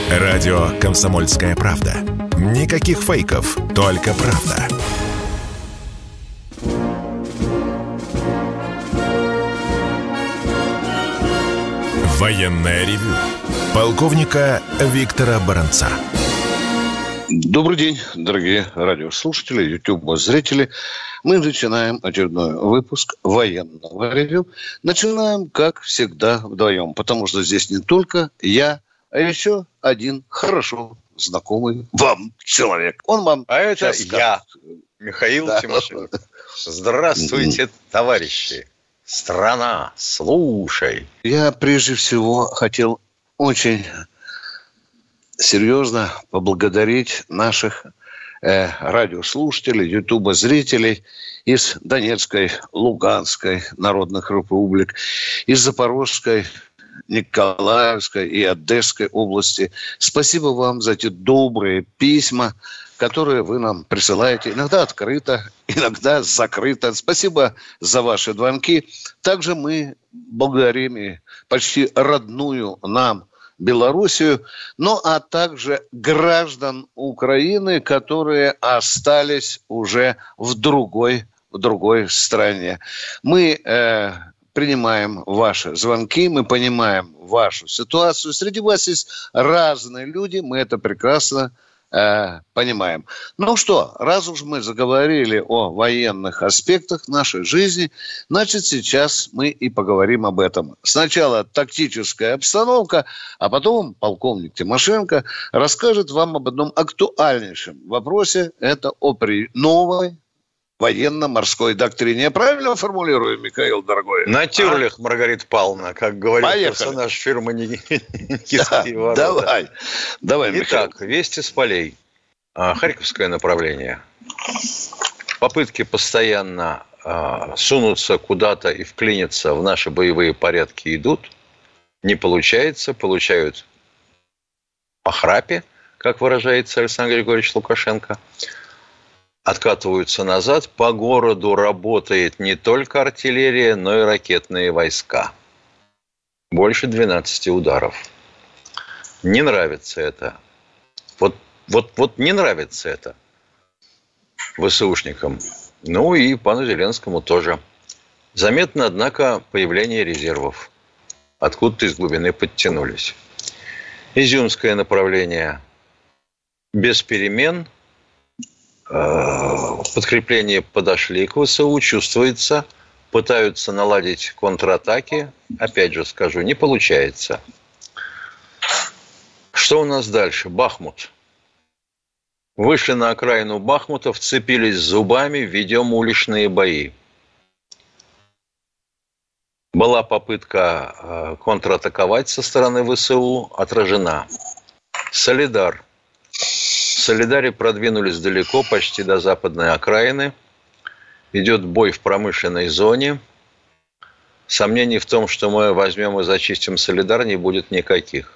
Радио «Комсомольская правда». Никаких фейков, только правда. Военное ревю полковника Виктора Баранца. Добрый день, дорогие радиослушатели, YouTube-зрители. Мы начинаем очередной выпуск военного ревю. Начинаем, как всегда, вдвоем, потому что здесь не только я, а еще один хорошо знакомый вам человек. Он вам это скажет. Я, Михаил Тимошенко. Здравствуйте, товарищи. Страна, слушай. Я прежде всего хотел очень серьезно поблагодарить наших радиослушателей, ютуба-зрителей из Донецкой, Луганской народных республик, из Запорожской, Николаевской и Одесской области. Спасибо вам за те добрые письма, которые вы нам присылаете. Иногда открыто, иногда закрыто. Спасибо за ваши звонки. Также мы благодарим и почти родную нам Белоруссию, ну а также граждан Украины, которые остались уже в другой стране. Мы принимаем ваши звонки, мы понимаем вашу ситуацию. Среди вас есть разные люди, мы это прекрасно понимаем. Ну что, раз уж мы заговорили о военных аспектах нашей жизни, значит, сейчас мы и поговорим об этом. Сначала тактическая обстановка, а потом полковник Тимошенко расскажет вам об одном актуальнейшем вопросе. Это о новой военно-морской доктрине. Я правильно формулирую, Михаил, дорогой? Натюрлих, Маргарита Павловна, как говорит персонаж фирмы «Никитские ворота». Давай, Итак, вести с полей. Харьковское направление. Попытки постоянно сунуться куда-то и вклиниться в наши боевые порядки идут. Не получается. Получают по храпе, как выражается Александр Григорьевич Лукашенко. Откатываются назад. По городу работает не только артиллерия, но и ракетные войска. Больше 12 ударов. Не нравится это. Вот не нравится это ВСУшникам. Ну и пану Зеленскому тоже. Заметно, однако, появление резервов. Откуда-то из глубины подтянулись. Изюмское направление без перемен. Подкрепления подошли к ВСУ, чувствуется, пытаются наладить контратаки. Опять же скажу, не получается. Что у нас дальше? Бахмут. Вышли на окраину Бахмута, вцепились зубами, ведем уличные бои. Была попытка контратаковать со стороны ВСУ, отражена. Солидар. В Солидаре продвинулись далеко, почти до западной окраины. Идет бой в промышленной зоне. Сомнений в том, что мы возьмем и зачистим Солидар, не будет никаких.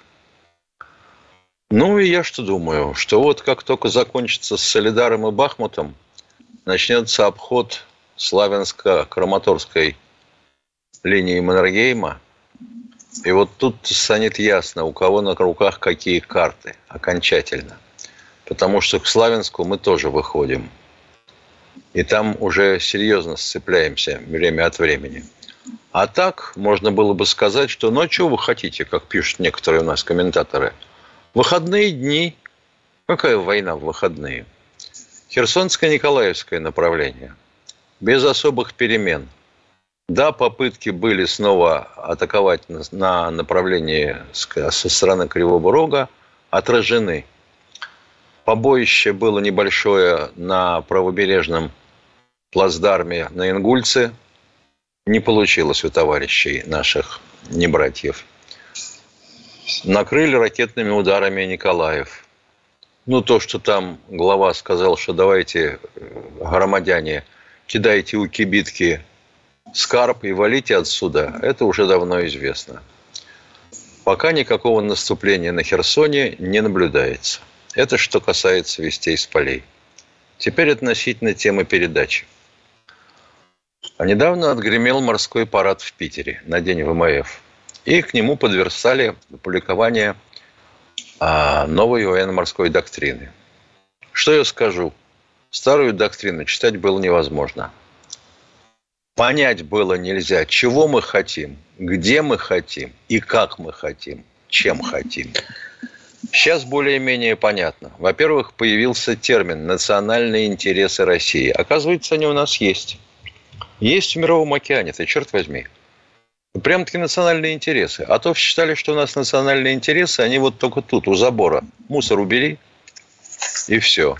Ну и я что думаю, что вот как только закончится с Солидаром и Бахмутом, начнется обход Славянско-Краматорской линии Маннергейма. И вот тут станет ясно, у кого на руках какие карты окончательно. Потому что к Славянску мы тоже выходим. И там уже серьезно сцепляемся время от времени. А так, можно было бы сказать, что ну а что вы хотите, как пишут некоторые у нас комментаторы. Выходные дни. Какая война в выходные? Херсонско-Николаевское направление. Без особых перемен. Да, попытки были снова атаковать на направлении со стороны Кривого Рога. Отражены. Побоище было небольшое на правобережном плацдарме на Ингульце. Не получилось у товарищей наших, не братьев. Накрыли ракетными ударами Николаев. Ну, то, что там глава сказал, что давайте, громадяне, кидайте у кибитки скарб и валите отсюда, это уже давно известно. Пока никакого наступления на Херсоне не наблюдается. Это что касается вестей с полей. Теперь относительно темы передачи. А недавно отгремел морской парад в Питере на день ВМФ. И к нему подверстали публикование новой военно-морской доктрины. Что я скажу? Старую доктрину читать было невозможно. Понять было нельзя, чего мы хотим, где мы хотим и как мы хотим, чем хотим. Сейчас более-менее понятно. Во-первых, появился термин «национальные интересы России». Оказывается, они у нас есть. Есть в Мировом океане, ты черт возьми. Прям-таки национальные интересы. А то считали, что у нас национальные интересы, они вот только тут, у забора. Мусор убери, и все.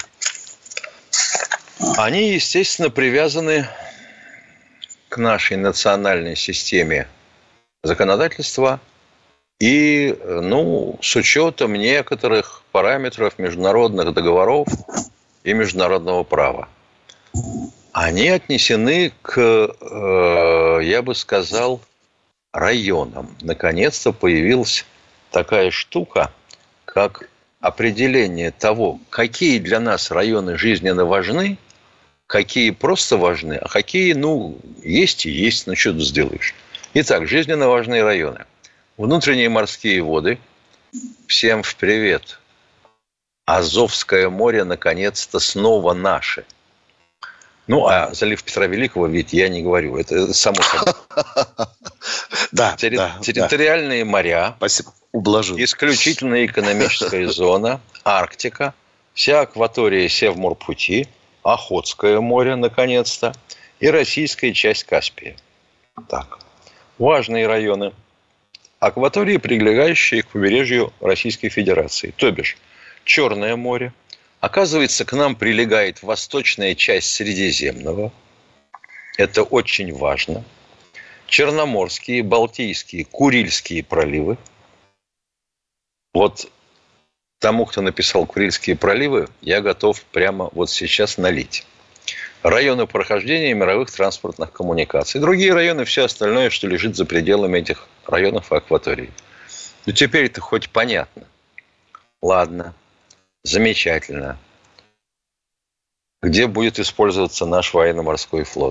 Они, естественно, привязаны к нашей национальной системе законодательства и, с учетом некоторых параметров международных договоров и международного права. Они отнесены к, я бы сказал, районам. Наконец-то появилась такая штука, как определение того, какие для нас районы жизненно важны, какие просто важны, а какие, есть и есть, что ты сделаешь. Итак, жизненно важные районы. Внутренние морские воды. Всем в привет. Азовское море, наконец-то, снова наше. А залив Петра Великого, ведь я не говорю. Это само собой. Да. Территориальные моря. Спасибо. Ублажил. Исключительная экономическая зона. Арктика. Вся акватория Севморпути. Охотское море, наконец-то. И российская часть Каспия. Так. Важные районы. Акватории, прилегающие к побережью Российской Федерации. То бишь, Черное море. Оказывается, к нам прилегает восточная часть Средиземного. Это очень важно. Черноморские, Балтийские, Курильские проливы. Вот тому, кто написал Курильские проливы, я готов прямо вот сейчас налить. Районы прохождения мировых транспортных коммуникаций. Другие районы, все остальное, что лежит за пределами этих районов и акваторий. Теперь это хоть понятно. Ладно. Замечательно. Где будет использоваться наш военно-морской флот?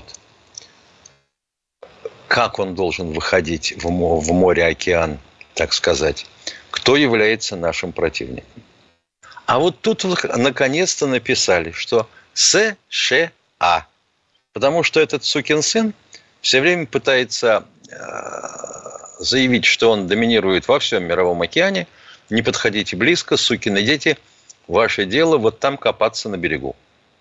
Как он должен выходить в море-океан, так сказать? Кто является нашим противником? А вот тут наконец-то написали, что США. Потому что этот сукин сын все время пытается заявить, что он доминирует во всем Мировом океане. Не подходите близко, сукины дети. Ваше дело вот там копаться на берегу.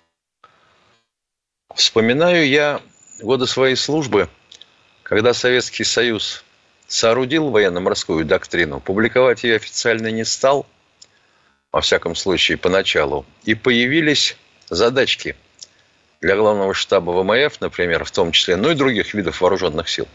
Вспоминаю я годы своей службы, когда Советский Союз соорудил военно-морскую доктрину, публиковать ее официально не стал, во всяком случае, поначалу, и появились задачки для главного штаба ВМФ, например, в том числе, и других видов вооруженных сил.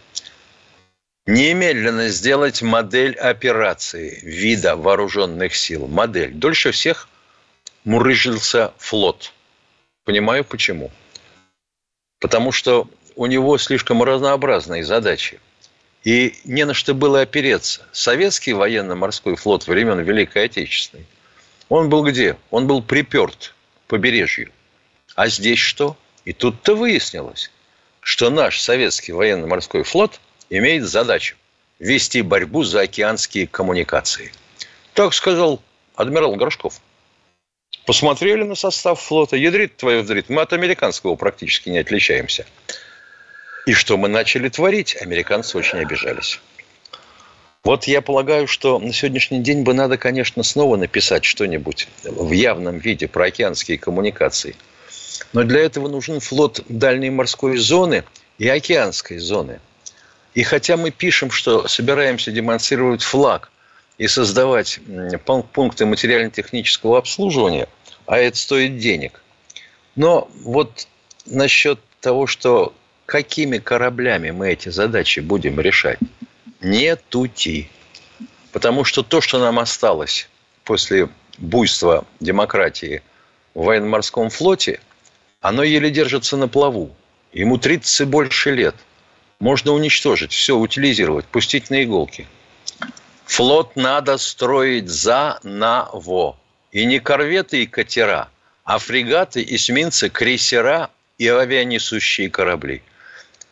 Немедленно сделать модель операции вида вооруженных сил. Модель. Дольше всех мурыжился флот. Понимаю, почему. Потому что у него слишком разнообразные задачи. И не на что было опереться. Советский военно-морской флот времен Великой Отечественной, он был где? Он был приперт к побережью. А здесь что? И тут-то выяснилось, что наш советский военно-морской флот имеет задачу вести борьбу за океанские коммуникации. Так сказал адмирал Горшков. Посмотрели на состав флота. Ядрит твою вдрит. Мы от американского практически не отличаемся. И что мы начали творить? Американцы очень обижались. Вот я полагаю, что на сегодняшний день бы надо, конечно, снова написать что-нибудь в явном виде про океанские коммуникации. Но для этого нужен флот дальней морской зоны и океанской зоны. И хотя мы пишем, что собираемся демонстрировать флаг и создавать пункты материально-технического обслуживания, а это стоит денег. Но вот насчет того, что какими кораблями мы эти задачи будем решать, не тути. Потому что то, что нам осталось после буйства демократии в военно-морском флоте, оно еле держится на плаву. Ему 30 и больше лет. Можно уничтожить, все утилизировать, пустить на иголки. Флот надо строить заново. И не корветы и катера, а фрегаты, эсминцы, крейсера и авианесущие корабли.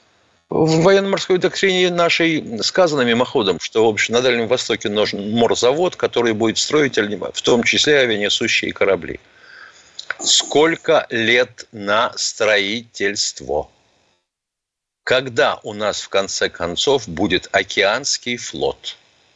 В военно-морской доктрине нашей сказано мимоходом, что, в общем, на Дальнем Востоке нужен морзавод, который будет строить, в том числе, авианесущие корабли. Сколько лет на строительство? Когда у нас, в конце концов, будет океанский флот?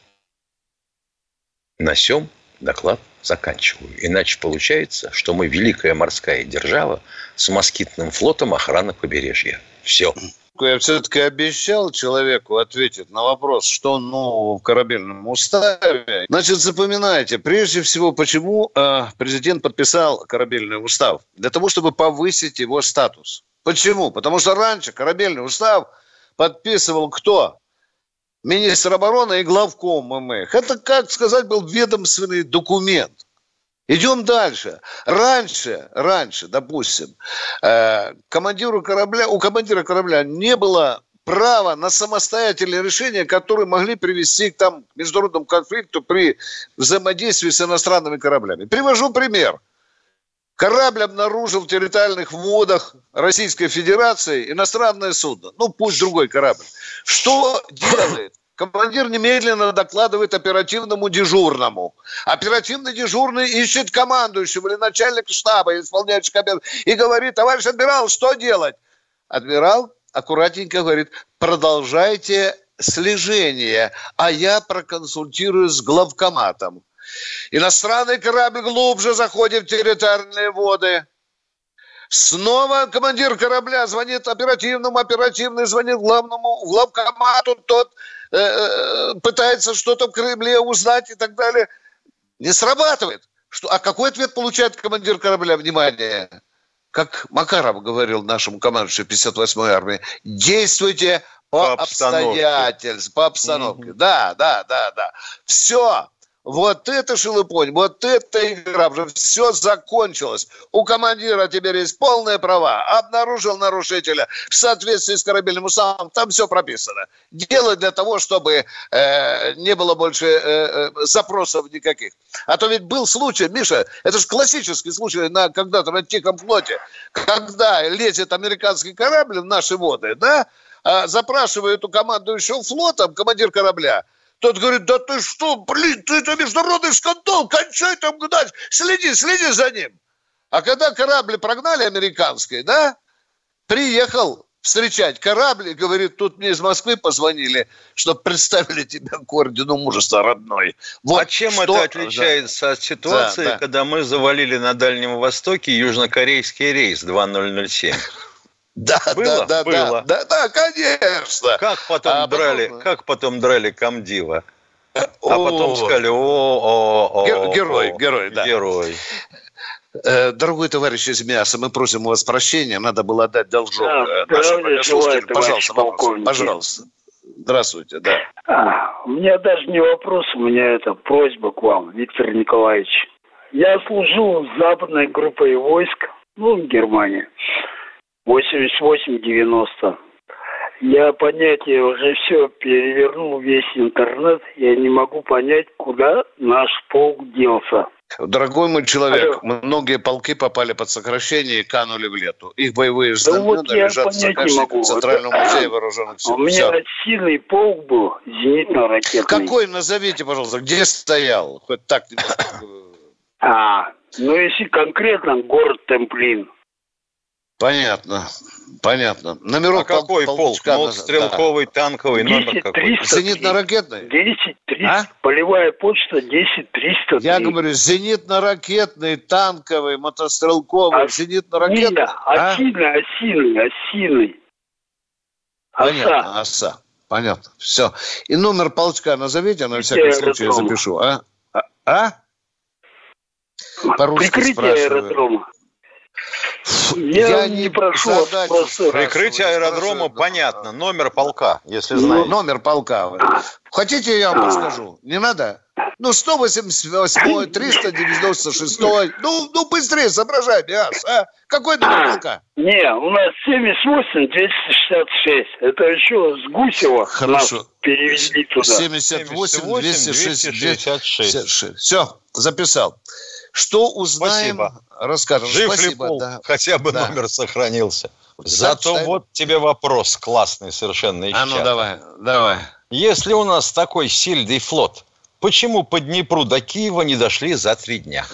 На сём доклад заканчиваю. Иначе получается, что мы великая морская держава с москитным флотом охраны побережья. Все. Я все-таки обещал человеку ответить на вопрос, что нового в корабельном уставе. Значит, запоминайте, прежде всего, почему президент подписал корабельный устав? Для того, чтобы повысить его статус. Почему? Потому что раньше корабельный устав подписывал кто? Министр обороны и главком ММХ. Это, как сказать, был ведомственный документ. Идем дальше. Раньше, допустим, у командира корабля не было права на самостоятельные решения, которые могли привести к международному конфликту при взаимодействии с иностранными кораблями. Привожу пример. Корабль обнаружил в территориальных водах Российской Федерации иностранное судно. Пусть другой корабль. Что делает? Командир немедленно докладывает оперативному дежурному. Оперативный дежурный ищет командующего или начальника штаба, исполняющего обязанности, и говорит: товарищ адмирал, что делать? Адмирал аккуратненько говорит: продолжайте слежение, а я проконсультируюсь с главкоматом. Иностранный корабль глубже заходит в территориальные воды. Снова командир корабля звонит оперативному, оперативный звонит главкомату, тот пытается что-то в Кремле узнать и так далее. Не срабатывает. А какой ответ получает командир корабля? Внимание! Как Макаров говорил нашему командующему 58-й армии: действуйте по обстоятельствам, по обстановке. Угу. Да. Все. Вот это шелупонь, вот эта игра, уже все закончилось. У командира теперь есть полные права. Обнаружил нарушителя в соответствии с корабельным уставом, там все прописано. Дело для того, чтобы не было больше запросов никаких. А то ведь был случай, Миша, это же классический случай когда-то на Тихом флоте, когда лезет американский корабль в наши воды, да, запрашивает у командующего флотом командир корабля. Тот говорит: да ты что, это международный скандал, кончай там гнать, следи за ним. А когда корабль прогнали американский, да, приехал встречать корабль и говорит: тут мне из Москвы позвонили, чтобы представили тебя к ордену мужества, родной. Вот а чем это отличается от ситуации, когда мы завалили на Дальнем Востоке южнокорейский рейс 2007? Да, было. Да, конечно. Как потом драли комдива? А потом сказали: Герой. Дорогой товарищ из мяса, мы просим у вас прощения, надо было отдать должок нашим радиослушателям. Пожалуйста. Здравствуйте, да. У меня даже не вопрос, у меня это просьба к вам, Виктор Николаевич. Я служил с западной группой войск, в Германии. 88-90. Я понятие уже все перевернул, весь интернет. Я не могу понять, куда наш полк делся. Дорогой мой человек, многие полки попали под сокращение и канули в лету. Их боевые знамена лежат в загашнике Центрального музея вооруженных сил. У меня сильный полк был, зенитно-ракетный. Какой, назовите, пожалуйста, где стоял? Хоть так немножко. Если конкретно, город Темплин. Понятно. Номерок какой полк? Стрелковый, танковый, номер какой? Зенитно-ракетный? 10-300. Полевая почта 10-300. Я говорю, зенитно-ракетный, танковый, мотострелковый, зенитно-ракетный. Осиный. Понятно, ОСА. Понятно, все. И номер полчка назовите, на всякий случай я запишу. По-русски прикрытие аэродрома. Я не прошу прикрытие аэродрома, понятно. Номер полка, если знаете. Номер полка. Хотите, я вам подскажу? Не надо? 188-й, 396-й. Быстрее соображай, Какой номер полка? Не, у нас 78-266. Это еще с Гусева. Хорошо. Перевезли туда. 78-266. Все, записал. Что узнаем, Спасибо. расскажем. Жив Спасибо, ли пол? да. Хотя бы Да. номер сохранился. Так, Зато читаем. вот тебе вопрос классный совершенно из А ну чата. давай. Если у нас такой сильный флот, почему по Днепру до Киева не дошли за 3 дня?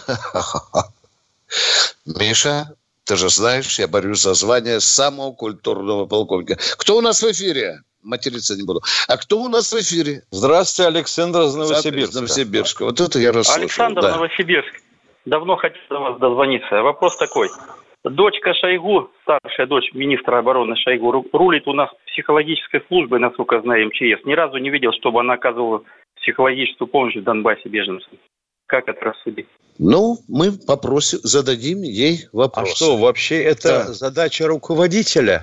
Миша, ты же знаешь, я борюсь за звание самого культурного полковника. Кто у нас в эфире? Материться не буду. А кто у нас в эфире? Здравствуйте, Александр из Новосибирска. Новосибирска. Вот это я расслышал. Александр, да. Новосибирск. Давно хотел до вас дозвониться. Вопрос такой. Дочка Шойгу, старшая дочь министра обороны Шойгу, рулит у нас психологической службой, насколько я знаю, МЧС. Ни разу не видел, чтобы она оказывала психологическую помощь в Донбассе беженцам. Как это рассудить? Ну, мы зададим ей вопрос. А что, вообще это Да. задача руководителя?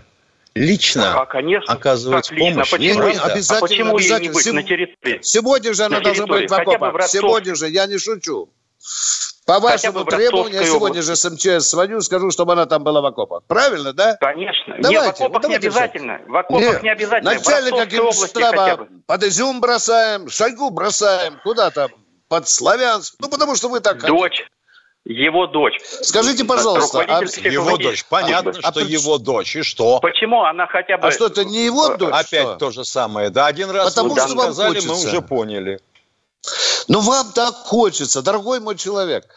Лично конечно. оказывать Как лично? помощь? Почему, Не, Правда? обязательно, почему ей не обязательно. быть на территории? Сегодня же она На должна быть в территории, хотя бы в окопах. Ростов. Сегодня же, я не шучу. По вашему бы в требованию, я Ростовской сегодня же с МЧС звоню, скажу, чтобы она там была в окопах. Правильно, да? Конечно. Давайте, Нет, в окопах не давайте обязательно. В окопах не обязательно. Начальника в Ростовской области хотя Генштаба бы. под Изюм бросаем, Шойгу бросаем. Куда там? Под Славянск. Ну, потому что вы так хотите. Дочь. Его дочь. Скажите, пожалуйста, Руководитель Его психологии. дочь. Понятно, А что при- его дочь. И что? Почему она хотя бы... а что, это не его дочь? Опять что? то же самое. Да, один раз Потому вы что вам сказали, мы хочется. уже поняли. Ну, вам так хочется, дорогой мой человек.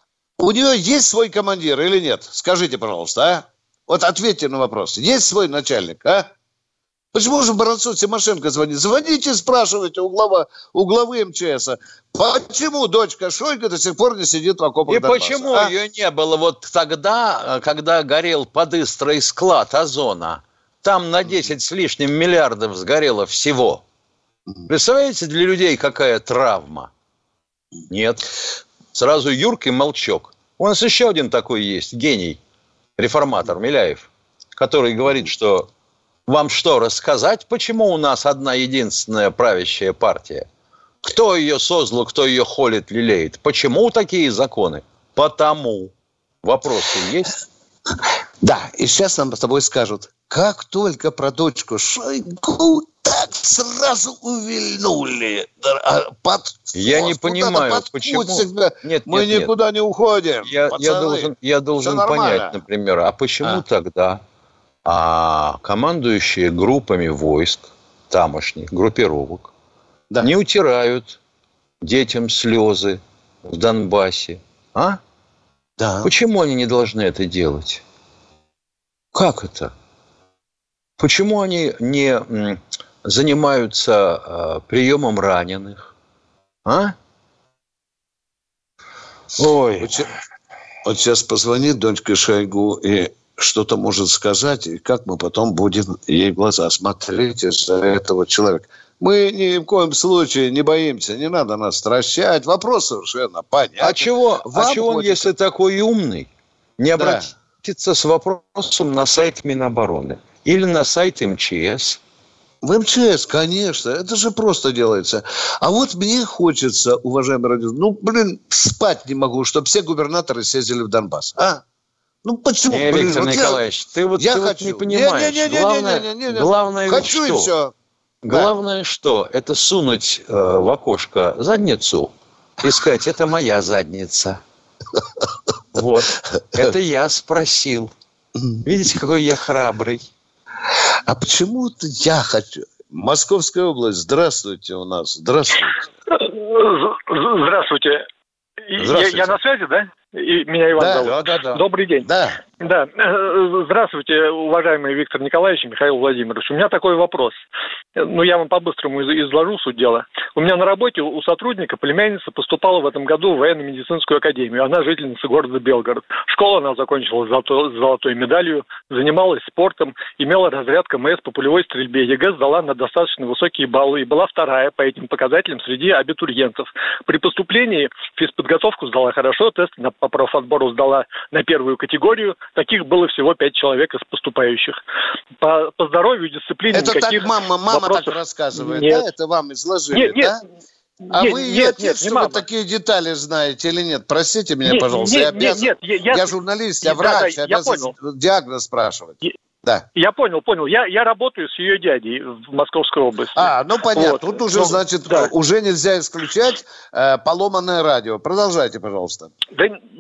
У нее есть свой командир или нет? Скажите, пожалуйста, а? Вот ответьте на вопрос. Есть свой начальник, а? Почему же Воронцов Тимошенко звонит? Звоните, спрашивайте у главы МЧС. Почему дочка Шойгу до сих пор не сидит в окопах И Донбасса? почему А? ее не было вот тогда, когда горел под Истрой склад Озона? Там на 10 с лишним миллиардов сгорело всего. Представляете, для людей какая травма? Нет. Сразу юркий молчок. У нас еще один такой есть, гений, реформатор Миляев, который говорит, что вам что, рассказать, почему у нас одна единственная правящая партия? Кто ее создал, кто ее холит, лелеет? Почему такие законы? Потому. Вопросы есть? Да, и сейчас нам с тобой скажут, как только про дочку Шойгу, так сразу увильнули. Я не понимаю, почему... Нет, Мы нет, никуда не уходим. Я должен понять, например, а почему тогда командующие группами войск, тамошних группировок, не утирают детям слезы в Донбассе? А? Да. Почему они не должны это делать? Как это? Почему они не занимаются приемом раненых? А? Ой. Вот сейчас позвонит дочка Шойгу и что-то может сказать, и как мы потом будем ей в глаза смотреть из-за этого человека. Мы ни в коем случае не боимся, не надо нас стращать. Вопрос совершенно понятен. А чего он, если такой умный, не обратиться с вопросом на сайт Минобороны или на сайт МЧС? В МЧС, конечно, это же просто делается. А вот мне хочется, уважаемые радиослушатели, спать не могу, чтобы все губернаторы съездили в Донбасс. А? Ну почему? Виктор Николаевич, ты не понимаешь. Главное ведь хочу что? И все. Главное что? Это сунуть в окошко задницу и сказать, это моя задница. Вот. Это я спросил. Видите, какой я храбрый. А почему-то я хочу... Московская область, здравствуйте у нас. Здравствуйте. Здравствуйте. Я на связи, да? И меня Иван зовут. Да. Добрый день. Да. Здравствуйте, уважаемый Виктор Николаевич и Михаил Владимирович. У меня такой вопрос. Я вам по-быстрому изложу суть дела. У меня на работе у сотрудника племянница поступала в этом году в военно-медицинскую академию. Она жительница города Белгород. Школу она закончила с золотой медалью, занималась спортом, имела разряд КМС по пулевой стрельбе. ЕГЭ сдала на достаточно высокие баллы и была вторая по этим показателям среди абитуриентов. При поступлении физподготовку сдала хорошо, тест по профотбору сдала на первую категорию. Таких было всего 5 человек из поступающих. По здоровью, дисциплине это никаких так мама вопросов так рассказывает, нет. да? Это вам изложили, да? Вы ее отец, что вы такие детали знаете или нет? Простите меня, пожалуйста. Я журналист, я врач, я обязан диагноз спрашивать. Да. Я понял. Я работаю с ее дядей в Московской области. Понятно. Вот. Тут уже, уже нельзя исключать поломанное радио. Продолжайте, пожалуйста. Да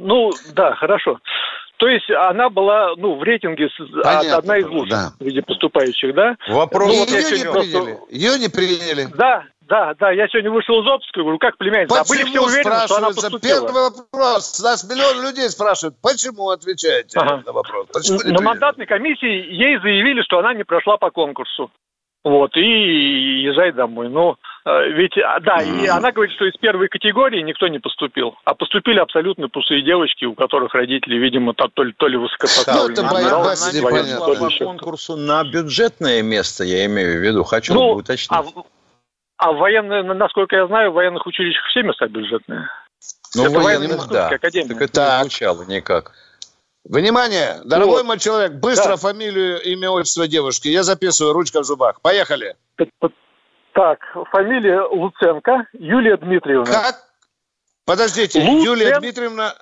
Ну, да, хорошо. То есть она была, в рейтинге одна из лучших среди поступающих, да? Вопрос. Ее не приняли. Да, я сегодня вышел из отпуска, говорю, как племянница? А были все уверены, что она поступила? Первый вопрос. Нас миллион людей спрашивают, почему отвечаете на вопрос? На мандатной комиссии ей заявили, что она не прошла по конкурсу. Вот, и езжай домой. И она говорит, что из первой категории никто не поступил, а поступили абсолютно пустые девочки, у которых родители, видимо, то ли высокопоставленные. Она не прошла по конкурсу на бюджетное место, я имею в виду, хочу уточнить. А военные, насколько я знаю, в военных училищах все места бюджетные. Это военных, да. Академия. Так это не звучало никак. Внимание, дорогой мой человек, быстро фамилию, имя, отчество девушки. Я записываю, ручка в зубах. Поехали. Так, фамилия Луценко Юлия Дмитриевна. Как? Подождите, Юлия Дмитриевна...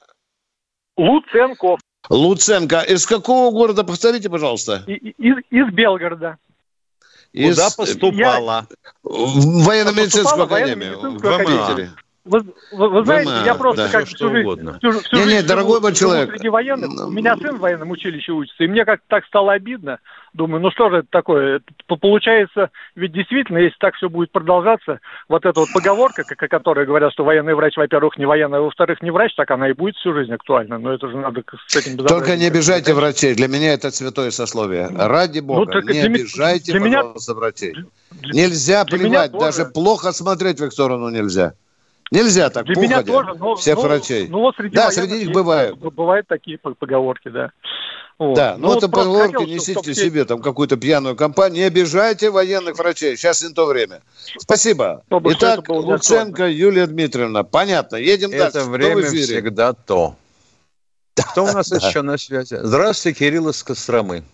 Луценко. Из какого города? Повторите, пожалуйста. Из Белгорода. Куда поступала? В военно-медицинскую академию. В Питере. Вы знаете, я просто как всю жизнь дорогой мой человек. Среди военных, у меня сын в военном училище учится, и мне как-то так стало обидно. Думаю, что же это такое? Получается, ведь действительно, если так все будет продолжаться, вот эта вот поговорка, которая говорят, что военный врач, во-первых, не военный, а во-вторых, не врач, так она и будет всю жизнь актуальна. Но это же надо с этим безобразием. Только не обижайте врачей. Для меня это святое сословие. Ради бога, не обижайте, пожалуйста, врачей. Нельзя плевать, даже плохо смотреть в их сторону нельзя. Нельзя так, для меня тоже, всех врачей. Среди них бывают. Бывают такие поговорки, да. Вот. Да, это поговорки несите себе там какую-то пьяную компанию. Не обижайте военных врачей. Сейчас не то время. Спасибо. Итак, Луценко Юлия Дмитриевна. Понятно. Едем дальше. Это время всегда то. Кто у нас еще на связи? Здравствуйте, Кирилл из Костромы.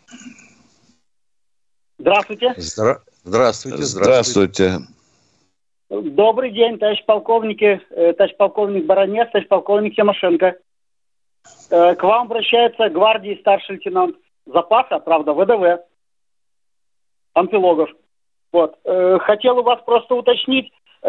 Здравствуйте. Здравствуйте. Добрый день, товарищ полковник Баранец, товарищ полковник Тимошенко. К вам обращается гвардии старший лейтенант запаса, правда, ВДВ, Амфилогов. Хотел у вас просто уточнить,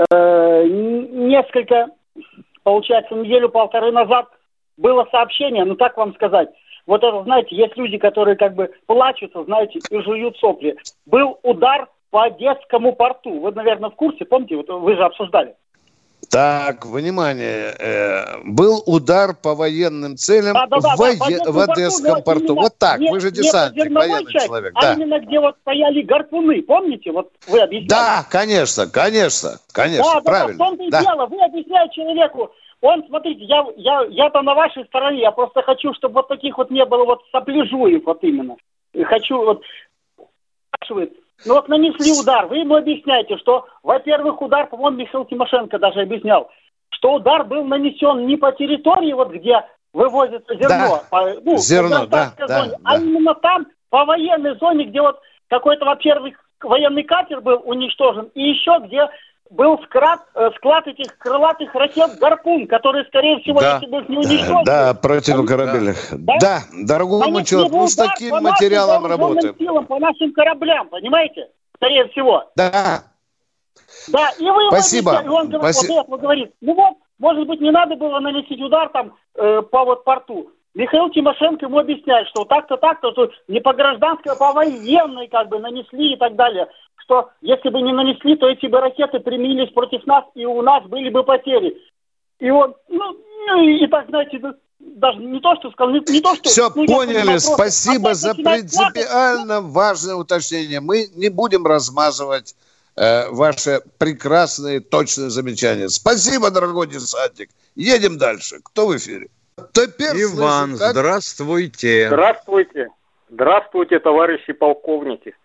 получается, неделю-полторы назад было сообщение, так вам сказать. Вот это, знаете, есть люди, которые как бы плачутся, знаете, и жуют сопли. Был удар по Одесскому порту. Вы, наверное, в курсе, помните, вы же обсуждали. Так, внимание. Был удар по военным целям в Одесском порту. Именно, вот так, вы же десантник, военный человек. Именно где стояли гарпуны, помните? Вы объясняли. Да, конечно, правильно. В том-то и дело. Вы объясняете человеку, смотрите, я-то на вашей стороне, я просто хочу, чтобы таких не было сопляжуев именно. И хочу спрашивает, нанесли удар. Вы ему объясняете, что, во-первых, удар, по-моему, Михаил Тимошенко даже объяснял, что удар был нанесен не по территории, где вывозится зерно, зерно, зоне, а именно там, по военной зоне, где какой-то, во-первых, военный катер был уничтожен, и еще где был склад этих крылатых ракет «Гарпун», которые, скорее всего, если бы их не уничтожили... Да, противокорабельных. Да, дорогой мой человек, с таким материалом работаем. Силам, по нашим кораблям, понимаете? Скорее всего. Да. Да, и вы... Спасибо. И он говорит, может быть, не надо было наносить удар по порту. Михаил Тимошенко ему объясняет, что так-то, что не по гражданской, а по военной нанесли и так далее. Что если бы не нанесли, то эти бы ракеты применились против нас, и у нас были бы потери. И он, и так, знаете, даже не то, что сказал, не то, что... Все, поняли, спасибо за принципиально важное уточнение. Мы не будем размазывать ваши прекрасные, точные замечания. Спасибо, дорогой десантник. Едем дальше. Кто в эфире? Иван, здравствуйте. Здравствуйте, товарищи полковники.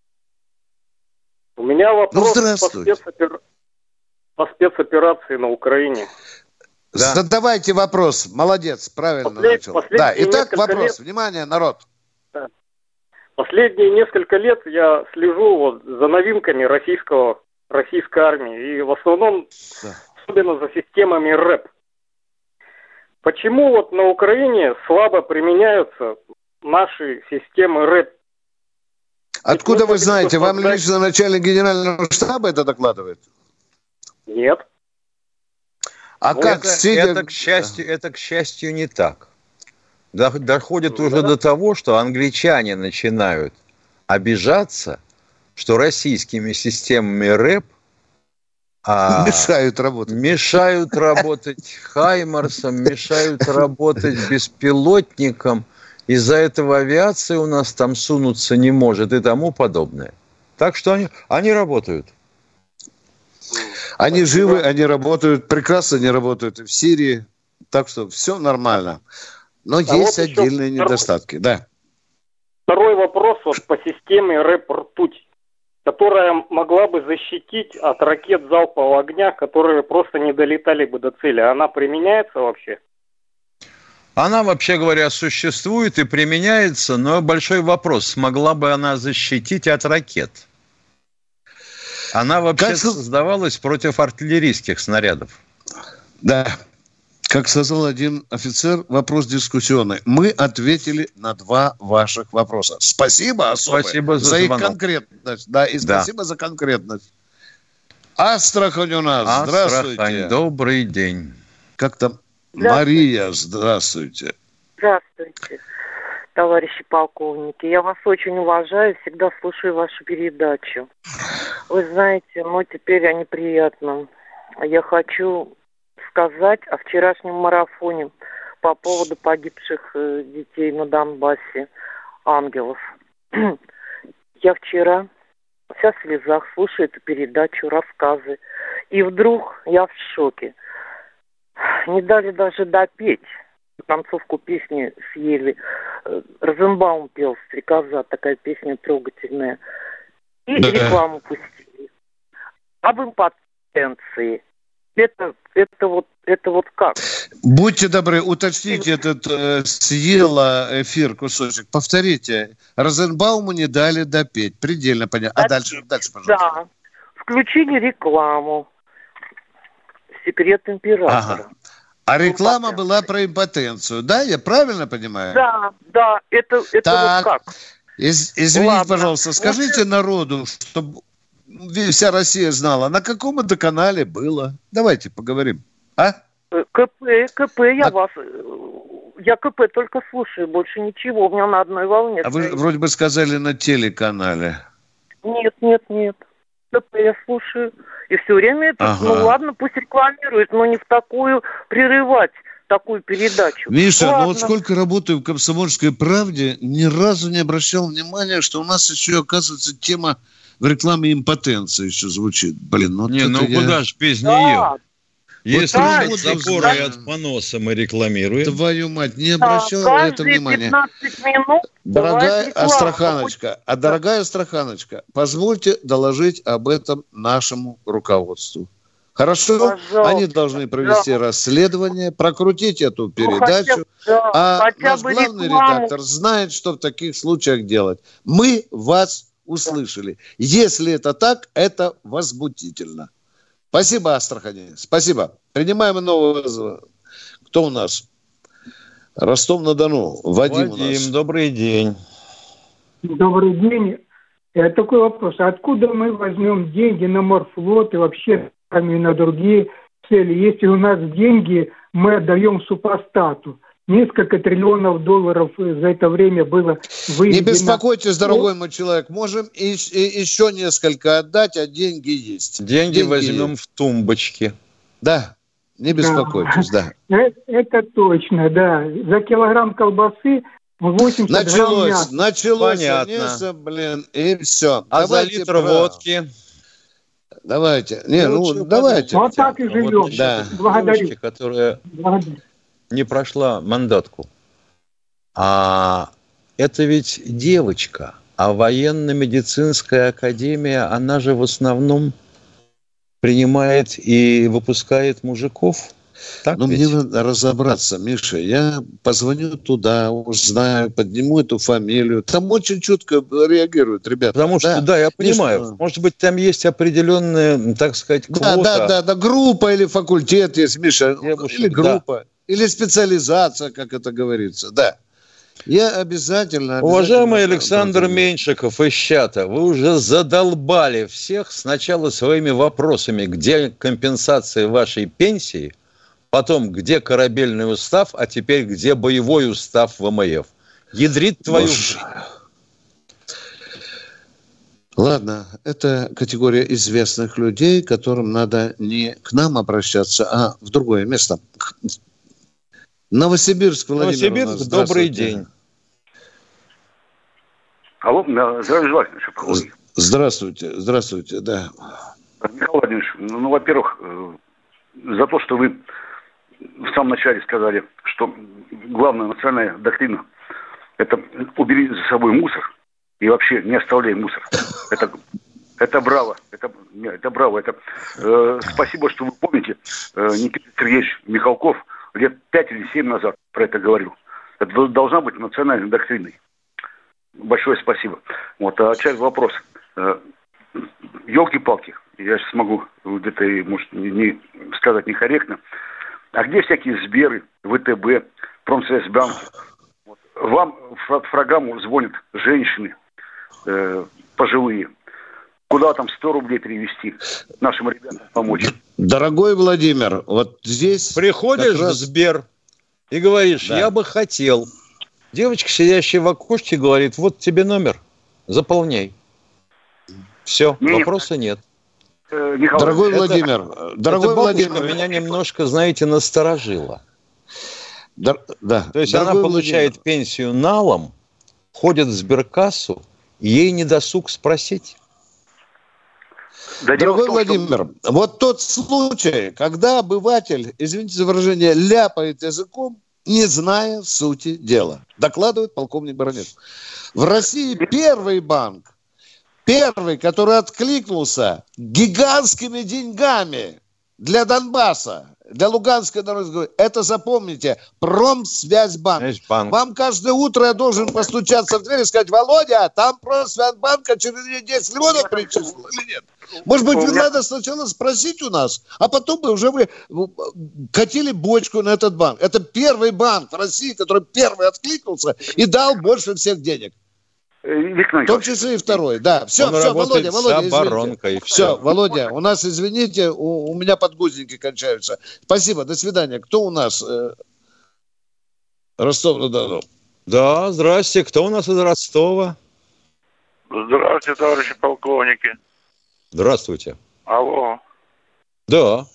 У меня вопрос по спецоперации на Украине. Да. Задавайте вопрос. Молодец, правильно начал. Да, итак, вопрос. Внимание, народ. Да. Последние несколько лет я слежу за новинками российской армии. И в основном, особенно за системами РЭП. Почему на Украине слабо применяются наши системы РЭП? Откуда вы знаете? Вам лично начальник генерального штаба это докладывает? Нет. Это, к счастью, не так. Доходит уже до того, что англичане начинают обижаться, что российскими системами РЭП мешают работать «Хаймарсом», мешают работать беспилотникам. Из-за этого авиация у нас там сунуться не может и тому подобное. Так что они работают. Они живы, они работают, прекрасно они работают и в Сирии. Так что все нормально. Но есть отдельные недостатки. Да. Второй вопрос по системе РЭП-ртуть, которая могла бы защитить от ракет залпового огня, которые просто не долетали бы до цели. Она применяется вообще? Она, вообще говоря, существует и применяется, но большой вопрос, смогла бы она защитить от ракет? Она вообще создавалась против артиллерийских снарядов. Да. Как сказал один офицер, вопрос дискуссионный. Мы ответили на 2 ваших вопроса. Спасибо особое. Спасибо за их конкретность. Да, и спасибо за конкретность. Астрахань у нас. Здравствуйте. Астрахань, добрый день. Как там? Мария, здравствуйте. Здравствуйте, товарищи полковники. Я вас очень уважаю, всегда слушаю вашу передачу. Вы знаете, теперь о неприятном. Я хочу сказать о вчерашнем марафоне по поводу погибших детей на Донбассе, ангелов. Я вчера вся в слезах слушаю эту передачу, рассказы. И вдруг я в шоке. Не дали даже допеть. Концовку песни съели. Розенбаум пел «Стрекоза», такая песня трогательная. И рекламу пустили. Об импотенции. Это вот как? Будьте добры, уточните съела эфир кусочек. Повторите. Розенбауму не дали допеть. Предельно понятно. А дальше, пожалуйста. Да. Включили рекламу. «Секрет императора». Ага. А реклама была про импотенцию, да? Я правильно понимаю? Да. Это так. Вот как? Извините, пожалуйста, скажите народу, чтобы вся Россия знала, на каком это канале было? Давайте поговорим. КП, я КП только слушаю, больше ничего, у меня на одной волне. А вы вроде бы сказали на телеканале. Нет. КП я слушаю. И все время это, ладно, пусть рекламирует, но не в такую прерывать такую передачу. Миша, вот сколько работаю в «Комсомольской правде», ни разу не обращал внимания, что у нас еще, оказывается, тема в рекламе импотенции еще звучит. Куда ж без нее? Если от запора и от поноса мы рекламируем. Твою мать, не обращал на это внимания. 15 минут. Дорогая Астраханочка, позвольте доложить об этом нашему руководству. Хорошо? Пожалуйста. Они должны провести расследование, прокрутить эту передачу. Наш главный редактор знает, что в таких случаях делать. Мы вас услышали. Если это так, это возмутительно. Спасибо, Астрахани. Спасибо. Принимаем нового вызова. Кто у нас? Ростов-на-Дону. Вадим у нас. Добрый день. Добрый день. Такой вопрос. Откуда мы возьмем деньги на морфлот и вообще на другие цели? Если у нас деньги мы отдаем супостату. Несколько триллионов долларов за это время было выведено. Не беспокойтесь, дорогой мой человек. Можем еще несколько отдать, а деньги есть. Деньги возьмем есть в тумбочке. Да, не беспокойтесь, да. Это точно, да. За килограмм колбасы 80 грамм мяса. Началось. Понятно. И все. А давайте за литр водки? Давайте. Давайте. Вот так и живем. Да. Благодарю. Которая не прошла мандатку. А это ведь девочка. А военно-медицинская академия, она же в основном принимает и выпускает мужиков. Мне надо разобраться, Миша. Я позвоню туда, узнаю, подниму эту фамилию. Там очень четко реагируют ребята. Потому что, я понимаю. Миша, может быть, там есть определенная, так сказать, квота. Да, группа или факультет есть, Миша. Девушек, или группа. Или специализация, как это говорится. Да. Я обязательно... Уважаемый Александр Меньшиков из чата, вы уже задолбали всех сначала своими вопросами, где компенсация вашей пенсии, Потом, где корабельный устав, а теперь где боевой устав ВМФ. Ядрит твою... Ладно, это категория известных людей, которым надо не к нам обращаться, а в другое место. Новосибирск, Владимир. Новосибирск, добрый день. Алло, здравия желаю. Здравствуйте, да. Михаил Владимирович, во-первых, за то, что вы в самом начале сказали, что главная национальная доктрина – это убери за собой мусор и вообще не оставляй мусор. Это браво. Это браво. Спасибо, что вы помните, Никита Сергеевич Михалков лет 5 или 7 назад про это говорил. Это должна быть национальной доктриной. Большое спасибо. А часть вопроса. Елки-палки, я сейчас могу где-то, может, не сказать некорректно. А где всякие Сберы, ВТБ, Промсвязьбанки? Вам в программу звонят женщины пожилые. Куда там 100 рублей перевести, нашим ребятам помочь? Дорогой Владимир, вот здесь... Приходишь в Сбер и говоришь, я бы хотел. Девочка, сидящая в окошке, говорит, вот тебе номер, заполняй. Все, вопроса нет. Дорогой Владимир, меня немножко, знаете, насторожило. То есть она получает пенсию налом, ходит в сберкассу, и ей не досуг спросить. Дорогой Владимир, вот тот случай, когда обыватель, извините за выражение, ляпает языком, не зная сути дела, докладывает полковник Баранец. В России первый банк, который откликнулся гигантскими деньгами для Донбасса, для Луганской народной, это запомните, Промсвязьбанк. Вам каждое утро я должен постучаться в дверь и сказать, Володя, там Промсвязьбанка через 10 миллионов перечислил или нет? Может быть, надо сначала спросить у нас, а потом бы уже вы катили бочку на этот банк. Это первый банк в России, который первый откликнулся и дал больше всех денег. В том числе и второй, да. Все, Володя, извините. Все, Володя, у нас, извините, у меня подгузники кончаются. Спасибо, до свидания. Кто у нас? Ростов-на-Дону. Да, здрасте. Кто у нас из Ростова? Здравствуйте, товарищи полковники. Здравствуйте. Алло. Да.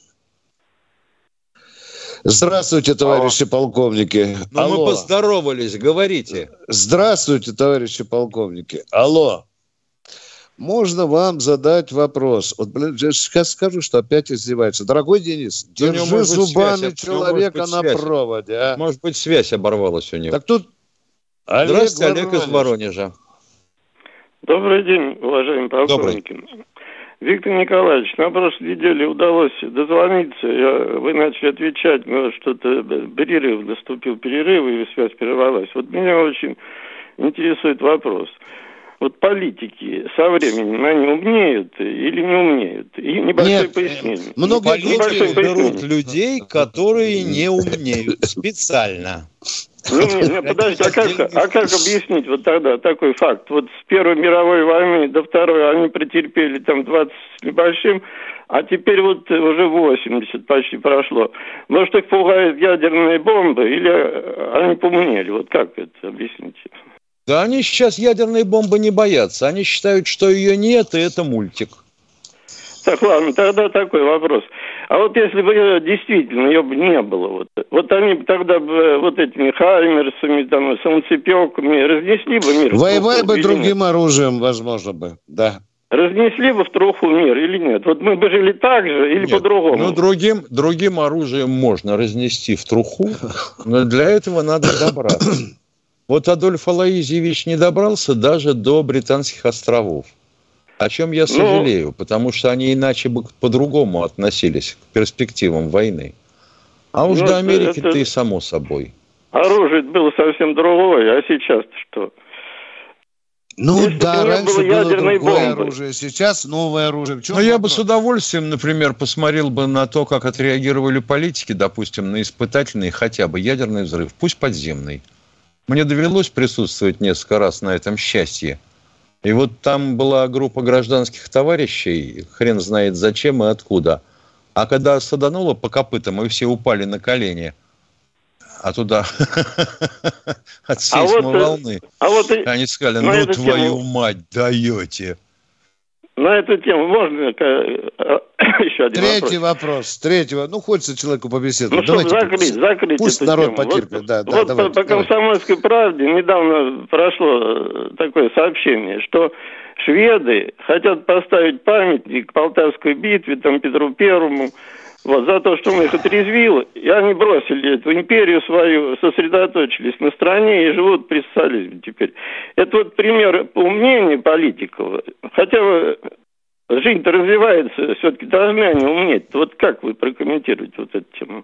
Здравствуйте, товарищи полковники. Мы поздоровались, говорите. Здравствуйте, товарищи полковники. Алло. Можно вам задать вопрос? Вот, я сейчас скажу, что опять издевается. Дорогой Денис, держи зубами человека на проводе. А? Может быть, связь оборвалась у него. Так тут Здравствуйте, Олег из Воронежа. Добрый день, уважаемые полковники. Добрый. Виктор Николаевич, на прошлой неделе удалось дозвониться, вы начали отвечать, но что-то наступил перерыв, и связь прервалась. Вот меня очень интересует вопрос. Вот политики со временем, они умнеют или не умнеют? И небольшое пояснение. Многие политики берут людей, которые не умнеют специально. Не, подождите, а как объяснить вот тогда такой факт? Вот с Первой мировой войны до Второй они претерпели там 20 с небольшим, а теперь вот уже 80 почти прошло. Может, их пугает ядерные бомбы или они поумнели? Вот как это объясните? Да они сейчас ядерной бомбы не боятся. Они считают, что ее нет, и это мультик. Так, ладно, тогда такой вопрос. А вот если бы действительно ее бы не было, вот они бы тогда вот этими хаймерсами, там, солнцепеками разнесли бы мир. Воевали бы другим оружием, возможно бы, да. Разнесли бы в труху мир или нет? Вот мы бы жили так же или по-другому? Ну, другим оружием можно разнести в труху, но для этого надо добраться. Вот Адольф Алоизьевич не добрался даже до Британских островов. О чем я сожалею, потому что они иначе бы по-другому относились к перспективам войны. А уж до Америки-то и само собой. Оружие было совсем другое, а сейчас-то что? Раньше было другое оружие, сейчас новое оружие. Но я бы с удовольствием, например, посмотрел бы на то, как отреагировали политики, допустим, на испытательный хотя бы ядерный взрыв, пусть подземный. Мне довелось присутствовать несколько раз на этом счастье. И вот там была группа гражданских товарищей, хрен знает зачем и откуда. А когда садануло по копытам, и все упали на колени, а туда от сейсмоволны, они сказали, ну твою мать даете. На эту тему можно еще один Третий вопрос. Третьего. Ну, хочется человеку побеседовать. Ну, чтобы закрыть пусть эту народ тему. потерпит. Вот по «Комсомольской правде» недавно прошло такое сообщение, что шведы хотят поставить памятник Полтавской битве, там, Петру Первому, вот, за то, что он их отрезвил, и они бросили эту империю свою, сосредоточились на стране и живут при социализме теперь. Это вот пример умнения политиков. Хотя жизнь-то развивается, все-таки должны они уметь. Вот как вы прокомментируете вот эту тему?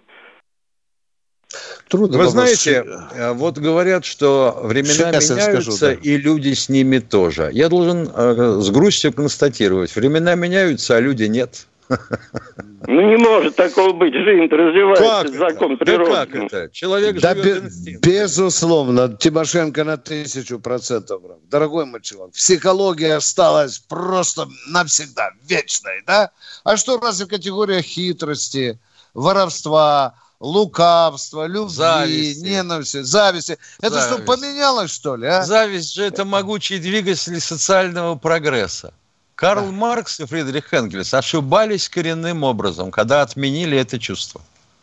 Трудно. Вы знаете, вот говорят, что времена меняются, и люди с ними тоже. Я должен с грустью констатировать, времена меняются, а люди нет. Ну, не может такого быть. Жизнь-то развивается, закон природы. Да как это? Человек живет инстинктом. Безусловно. Тимошенко на 1000% прав. Дорогой мой человек, психология осталась просто навсегда, вечной, да? А что разве категория хитрости, воровства, лукавства, любви, ненависти, зависти? Это что, поменялось, что ли? А? Зависть же это могучий двигатель социального прогресса. Карл Маркс и Фридрих Энгельс ошибались коренным образом, когда отменили это чувство.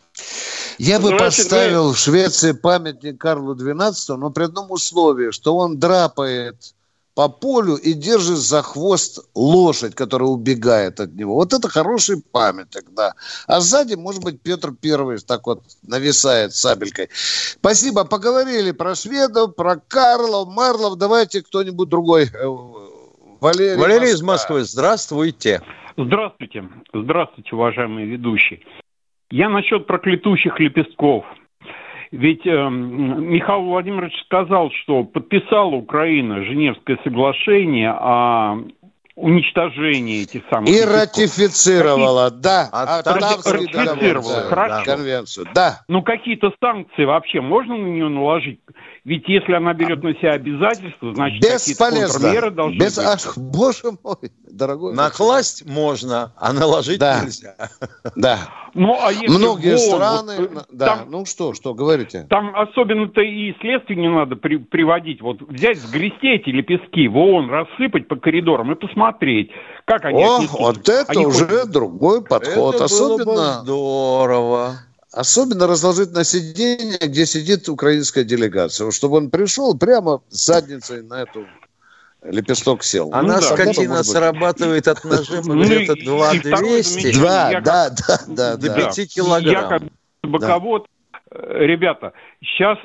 Я бы поставил в Швеции памятник Карлу XII, но при одном условии, что он драпает по полю и держит за хвост лошадь, которая убегает от него. Вот это хороший памятник, да. А сзади, может быть, Петр I так вот нависает сабелькой. Спасибо. Поговорили про шведов, про Карлов, Марлов. Давайте кто-нибудь другой. Валерий из Москвы, здравствуйте. Здравствуйте. Здравствуйте, уважаемые ведущие. Я насчет проклятущих лепестков. Ведь Михаил Владимирович сказал, что подписала Украина Женевское соглашение о уничтожении этих самых... И ратифицировала, да. Ратифицировала, конвенцию, да. Ну, какие-то санкции вообще можно на нее наложить? Ведь если она берет на себя обязательства, значит, какие-то контрмеры должны быть. Ах, боже мой, дорогой. Накласть можно, а наложить нельзя. Да. Ну, а если многие страны... да. Там, ну, что говорите? Там особенно-то и следствие не надо приводить. Вот взять, сгрести эти лепестки в ООН, рассыпать по коридорам и посмотреть, как они отнесутся. Вот это уже другой подход. Это было бы здорово. Особенно разложить на сиденье, где сидит украинская делегация, чтобы он пришел прямо с задницей на эту лепесток сел. Она, скотина, срабатывает от нажима где-то 2200. Да. До 5 килограмм. Я как боковод, ребята, сейчас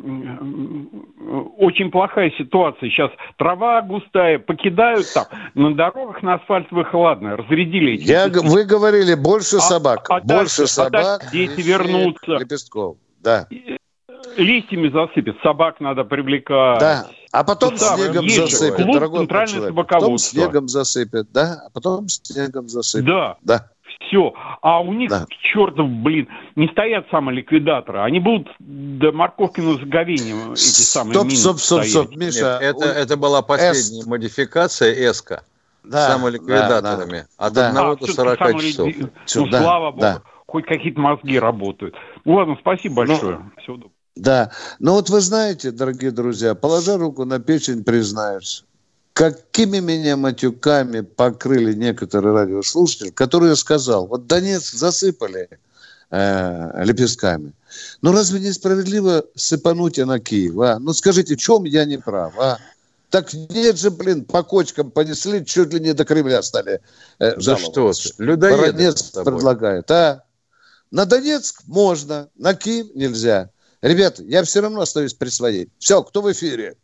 очень плохая ситуация. Сейчас трава густая, покидают там. На дорогах, на асфальтовых, ладно, разрядили эти. Вы говорили, больше собак. Больше собак. Дети вернутся. Лепестков, да. Листьями засыпят, собак надо привлекать. Да, а потом снегом засыпят, дорогой человек. Потом снегом засыпят, да, а потом снегом засыпят. Да. Все. А у них, чертов, не стоят самоликвидаторы. Они будут до морковкиного заговения эти самые мины стоять. Миша. Нет, это была последняя модификация ЭСКО с самоликвидаторами. От 1 до 40 часов. Ну, слава богу, хоть какие-то мозги работают. Ну, ладно, спасибо большое. Всего доброго. Да. Но вот вы знаете, дорогие друзья, положа руку на печень, признаюсь, какими меня матюками покрыли некоторые радиослушатели, которые я сказал, вот Донецк засыпали лепестками. Ну разве несправедливо сыпануть и на Киев? А? Ну скажите, в чем я не прав? А? Так нет же, по кочкам понесли, чуть ли не до Кремля стали Да что ты, людоеды предлагает. А? На Донецк можно, на Киев нельзя. Ребята, я все равно остаюсь при своей. Все, кто в эфире?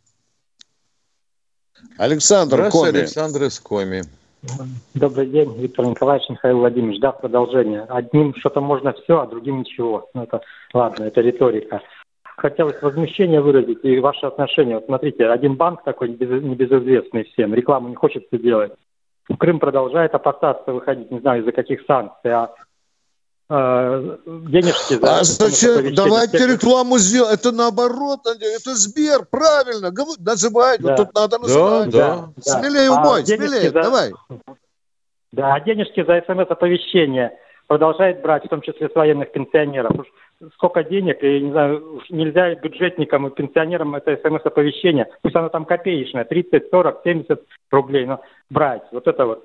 Александр Коми. Александр из Коми. Добрый день, Виктор Николаевич, Михаил Владимирович. Да, продолжение. Одним что-то можно все, а другим ничего. Ну, это ладно, это риторика. Хотелось возмущение выразить и ваше отношение. Вот смотрите, один банк такой небезызвестный всем, рекламу не хочется делать. Крым продолжает опасаться выходить, не знаю, из-за каких санкций, денежки за... зачем? Давайте рекламу сделаем. Это наоборот, это Сбер, правильно. Называйте. Да. Тут надо называть. Да. Смелее, умой, смелее, давай. Да, денежки за СМС-оповещение продолжает брать, в том числе с военных пенсионеров. Уж сколько денег, и не знаю, уж нельзя бюджетникам и пенсионерам это СМС-оповещение, пусть оно там копеечное, 30, 40, 70 рублей, но брать, вот это вот.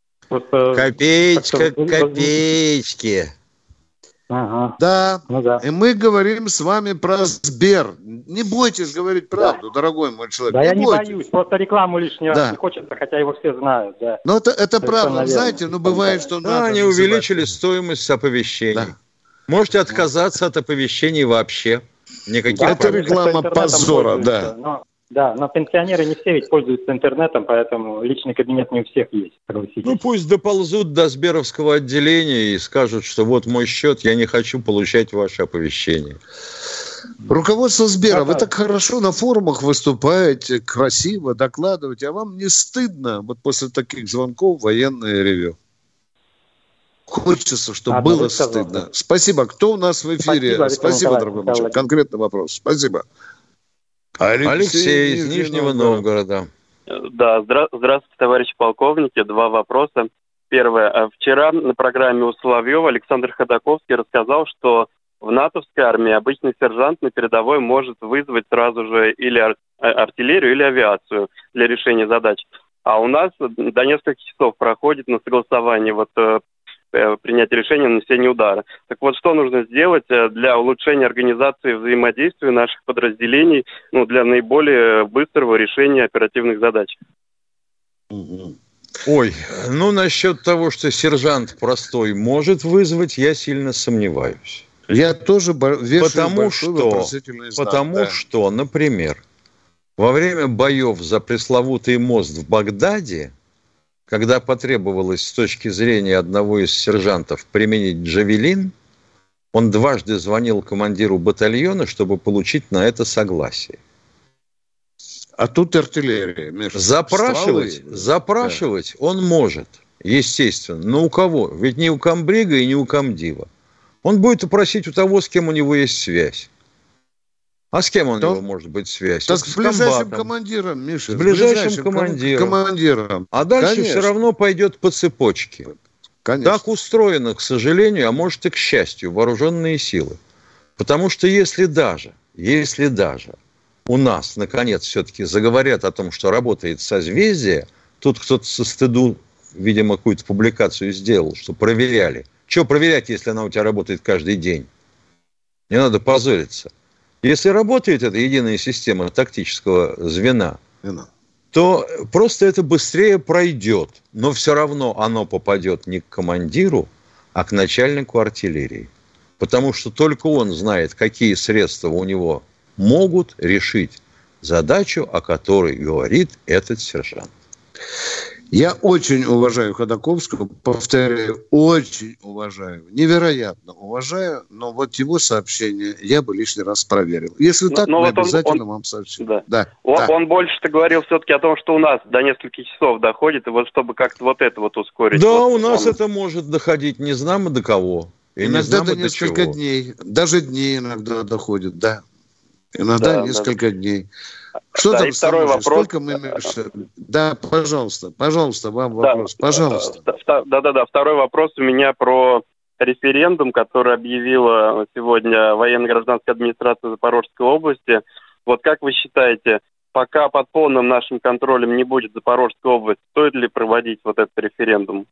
Копеечки. Ага. Да. Ну, да, и мы говорим с вами про Сбер. Не бойтесь говорить правду, дорогой мой человек. Да, я не боюсь, просто рекламу лишний раз Да. не хочется, хотя его все знают. Да. Но это правда, верно. знаете, но бывает, что Да, надо они называть. увеличили стоимость оповещений. Да. Можете отказаться от оповещений вообще. Никаких Это проблем. реклама Интернетом позора, пользуются, да. Но пенсионеры не все ведь пользуются интернетом, поэтому личный кабинет не у всех есть. Ну, пусть доползут до Сберовского отделения и скажут, что вот мой счет, я не хочу получать ваши оповещения. Руководство Сбера, вы так хорошо на форумах выступаете, красиво докладываете, а вам не стыдно вот после таких звонков военное ревю? Хочется, чтобы было стыдно. Спасибо. Кто у нас в эфире? Спасибо, дорогой мой человек. Конкретный вопрос. Спасибо. Алексей из Нижнего Новгорода. Да, здравствуйте, товарищи полковники. Два вопроса. Первое. Вчера на программе у Соловьева Александр Ходаковский рассказал, что в натовской армии обычный сержант на передовой может вызвать сразу же или артиллерию, или авиацию для решения задач. А у нас до нескольких часов проходит на согласовании принятие решения о нанесении удара. Так вот, что нужно сделать для улучшения организации взаимодействия наших подразделений, для наиболее быстрого решения оперативных задач? Ой, насчет того, что сержант простой может вызвать, я сильно сомневаюсь. Я тоже вешаю большой вопросительный знак. Потому что, например, во время боев за пресловутый мост в Багдаде, когда потребовалось с точки зрения одного из сержантов применить джавелин, он дважды звонил командиру батальона, чтобы получить на это согласие. А тут артиллерия. Миша. Запрашивать он может, естественно. Но у кого? Ведь не у комбрига и не у комдива. Он будет просить у того, с кем у него есть связь. А с кем у него может быть связь? Так с ближайшим командиром, Миша. С ближайшим командиром. А дальше все равно пойдет по цепочке. Конечно. Так устроено, к сожалению, а может и к счастью, вооруженные силы. Потому что если даже у нас, наконец, все-таки заговорят о том, что работает созвездие, тут кто-то со стыду, видимо, какую-то публикацию сделал, что проверяли. Что проверять, если она у тебя работает каждый день? Не надо позориться. Если работает эта единая система тактического звена, то просто это быстрее пройдет. Но все равно оно попадет не к командиру, а к начальнику артиллерии. Потому что только он знает, какие средства у него могут решить задачу, о которой говорит этот сержант. Я очень уважаю Ходаковского, повторяю, очень уважаю, невероятно уважаю, но вот его сообщение я бы лишний раз проверил. Если так, мы обязательно вам сообщим. Да. Он больше-то говорил все-таки о том, что у нас до нескольких часов доходит, и вот чтобы как-то вот это вот ускорить. Да, у нас это может доходить, не знамо до кого. И иногда не до несколько дней, даже дней иногда доходит, да. Иногда несколько дней. Что там второй вопрос. Сколько мы... Да, пожалуйста, вам вопрос. Пожалуйста. Да. Второй вопрос у меня про референдум, который объявила сегодня военно-гражданская администрация Запорожской области. Вот как вы считаете, пока под полным нашим контролем не будет Запорожская область, стоит ли проводить вот этот референдум?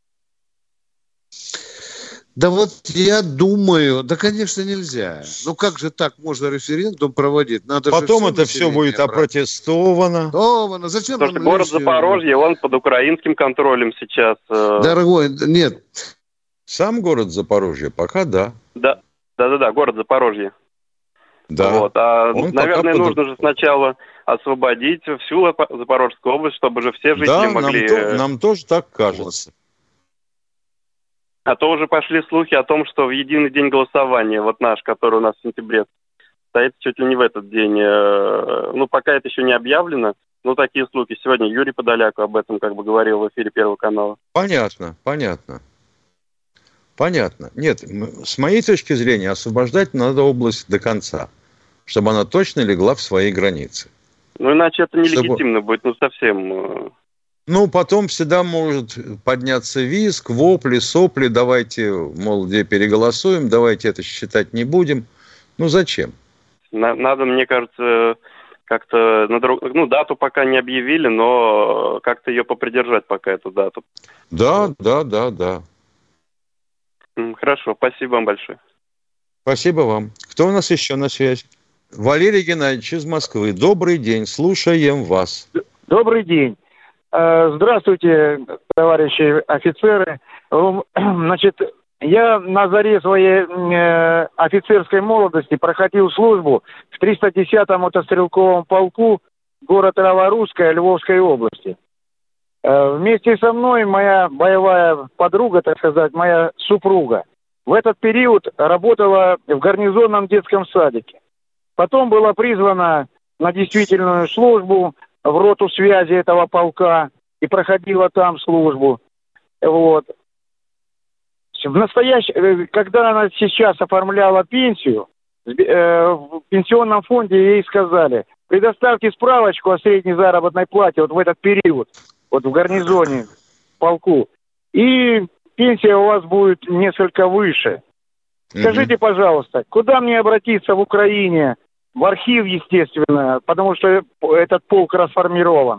Да вот я думаю, да, конечно, нельзя. Ну как же так можно референдум проводить? Надо потом это все будет опротестовано. Зачем? Потому что город Запорожье, он под украинским контролем сейчас. Дорогой, нет. Сам город Запорожье пока да. Да, город Запорожье. Да. Вот. Наверное, нужно же сначала освободить всю Запорожскую область, чтобы же все жители могли... нам тоже так кажется. А то уже пошли слухи о том, что в единый день голосования, вот наш, который у нас в сентябре, стоит чуть ли не в этот день. Пока это еще не объявлено, но такие слухи. Сегодня Юрий Подоляк об этом говорил в эфире Первого канала. Понятно. Нет, с моей точки зрения, освобождать надо область до конца, чтобы она точно легла в свои границы. Иначе это нелегитимно будет, совсем... Ну, потом всегда может подняться визг, вопли, сопли. Давайте, мол, где переголосуем, давайте это считать не будем. Ну, зачем? Надо, мне кажется, как-то... дату пока не объявили, но как-то ее попридержать пока, эту дату. Да. Хорошо, спасибо вам большое. Спасибо вам. Кто у нас еще на связи? Валерий Геннадьевич из Москвы. Добрый день, слушаем вас. Добрый день. Здравствуйте, товарищи офицеры. Значит, я на заре своей офицерской молодости проходил службу в 310-м мотострелковом полку, город Новорусская, Львовской области. Вместе со мной моя боевая подруга, так сказать, моя супруга, в этот период работала в гарнизонном детском садике. Потом была призвана на действительную службу в роту связи этого полка и проходила там службу. Вот. Когда она сейчас оформляла пенсию, в пенсионном фонде ей сказали: предоставьте справочку о средней заработной плате вот в этот период, вот в гарнизоне, в полку, и пенсия у вас будет несколько выше. Скажите, пожалуйста, куда мне обратиться в Украине? В архив, естественно, потому что этот полк расформирован.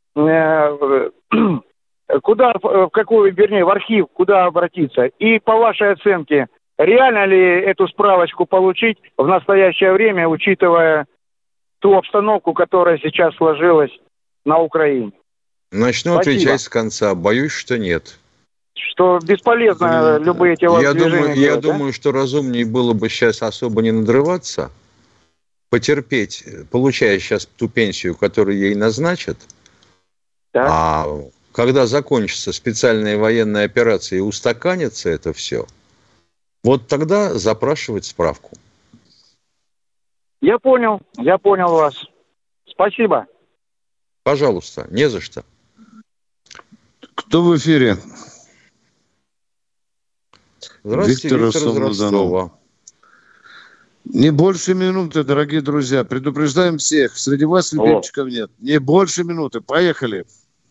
В архив, куда обратиться? И по вашей оценке, реально ли эту справочку получить в настоящее время, учитывая ту обстановку, которая сейчас сложилась на Украине? Начну отвечать с конца. Боюсь, что нет. Что бесполезно любые телодвижения. Я думаю, что разумнее было бы сейчас особо не надрываться, потерпеть, получая сейчас ту пенсию, которую ей назначат, а когда закончится специальная военная операция и устаканится это все, вот тогда запрашивать справку. Я понял вас. Спасибо. Пожалуйста, не за что. Кто в эфире? Здравствуйте, Виктор из Ростова. Не больше минуты, дорогие друзья. Предупреждаем всех. Среди вас любимчиков нет. Не больше минуты. Поехали.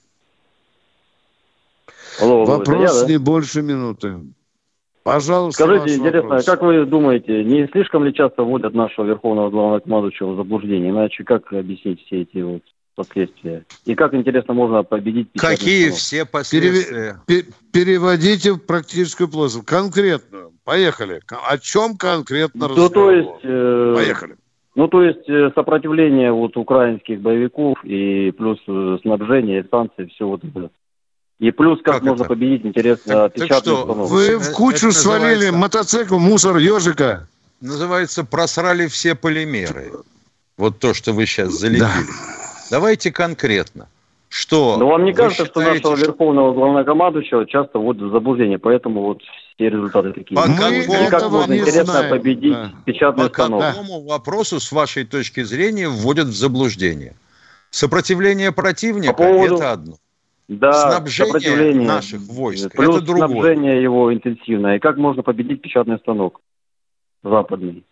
Вопрос не больше минуты. Пожалуйста. Скажите, интересно, как вы думаете, не слишком ли часто вводят нашего верховного главнокомандующего в заблуждение? Иначе как объяснить все эти вот последствия? И как, интересно, можно победить? Какие все последствия? Переводите в практическую плоскость. Конкретную. Поехали. О чем конкретно разговор? Поехали. То есть сопротивление вот украинских боевиков и плюс снабжение, санкции, все вот это. И плюс как можно это победить, интересно, печатную установку. Вы в кучу свалили мотоцикл, мусор, ежика. Называется, просрали все полимеры. Вот то, что вы сейчас залепили. Да. Давайте конкретно. Что? Но вам не кажется, что нашего верховного главнокомандующего часто вводят в заблуждение, поэтому вот все результаты такие. Как можно, интересно, победить печатную установку? По какому вопросу, с вашей точки зрения, вводят в заблуждение? Сопротивление противника – это одно. Да, снабжение наших войск – плюс это другое. Снабжение его интенсивное. И как можно победить печатный станок западный?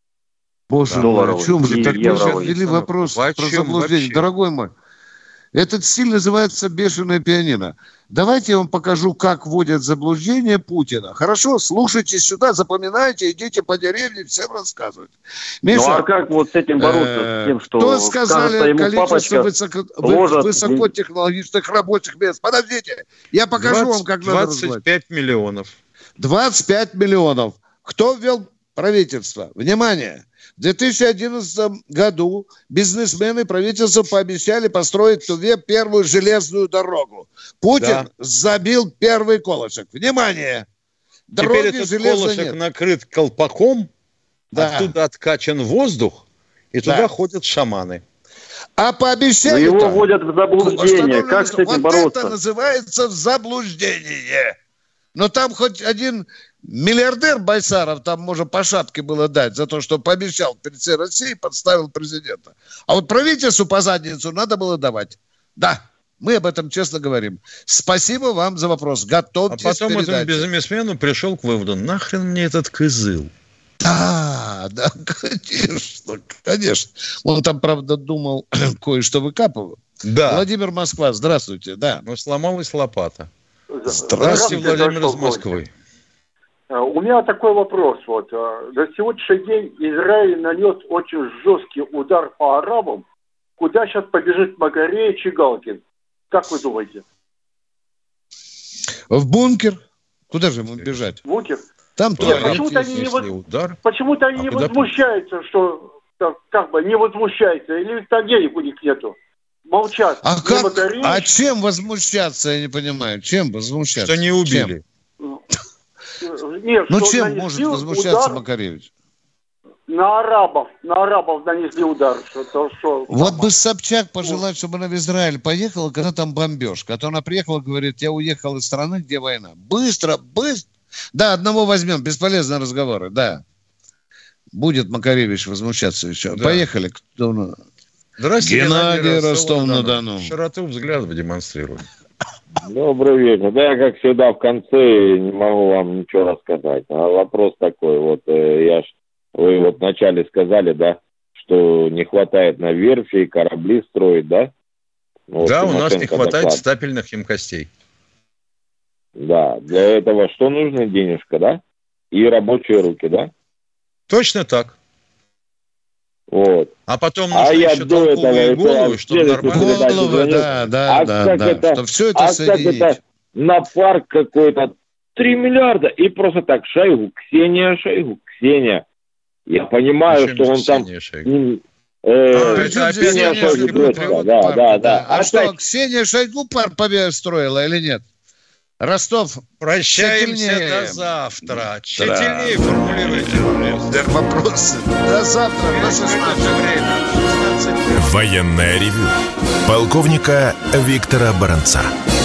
Боже мой, о чем же? Так мы же отвели вопрос про заблуждение. Вообще? Дорогой мой, этот стиль называется «бешеное пианино». Давайте я вам покажу, как вводят в заблуждение Путина. Хорошо? Слушайте сюда, запоминайте, идите по деревне, всем рассказывать. Миша, а как вот с этим бороться? С тем, что кто сказали количество высокотехнологичных рабочих мест? Подождите, я покажу вам, как надо развивать. 25 миллионов. 25 миллионов. Кто ввел правительство? Внимание! В 2011 году бизнесмены правительства пообещали построить в Туве первую железную дорогу. Путин забил первый колышек. Внимание! Дороги теперь этот колышек накрыт колпаком, оттуда откачан воздух, и туда ходят шаманы. А пообещали... его вводят в заблуждение. Как с этим бороться? Это называется заблуждение. Но там хоть один миллиардер Байсаров, там можно по шапке было дать за то, что пообещал перед всей Россией, подставил президента. А вот правительству по задницу надо было давать. Да, мы об этом честно говорим. Спасибо вам за вопрос. Готовьтесь. А потом этому бизнесмену пришел к выводу: нахрен мне этот кызыл? Да, конечно. Он там, правда, думал кое-что выкапывал. Да. Владимир, Москва, здравствуйте. Да. Но сломалась лопата. Здравствуйте, Владимир из Москвы. У меня такой вопрос. На сегодняшний день Израиль нанес очень жесткий удар по арабам. Куда сейчас побежит Макаревич и Галкин? Как вы думаете? В бункер. Куда же ему бежать? В бункер? Там почему-то они не возмущаются, что как бы не возмущаются. Или там денег у них нету. Молчат. А чем возмущаться, я не понимаю. Чем возмущаться? Что не убили. Нет, чем может возмущаться Макаревич? На арабов нанесли удар. Вот бы Собчак пожелать, чтобы она в Израиль поехала, когда там бомбежка. А то она приехала, говорит, я уехал из страны, где война. Быстро. Да, одного возьмем, бесполезные разговоры, да. Будет Макаревич возмущаться еще. Да. Поехали. Здравствуйте, Геннадий, Ростов-на-Дону. Широту взглядов демонстрируем. Добрый вечер. Да, я, как всегда, в конце не могу вам ничего рассказать. А вопрос такой. Вы вначале сказали, да, что не хватает на верфи, корабли строить, да? Да, у нас не хватает стапельных емкостей. Да, для этого что нужно? Денежка, да? И рабочие руки, да? Точно так. Вот. А потом нужно еще толковые головы, чтобы нормально... Головы, да. Чтобы все это соединить. Как это на парк какой-то 3 миллиарда и просто так Шойгу, Ксения. Я понимаю, что он там... Ксения Шойгу, да. А что, Ксения Шойгу парк строила или нет? Ростов. Прощаемся до завтра. Тщательнее формулируйте вопросы. До завтра. До 16 время. Военное ревю полковника Виктора Баранца.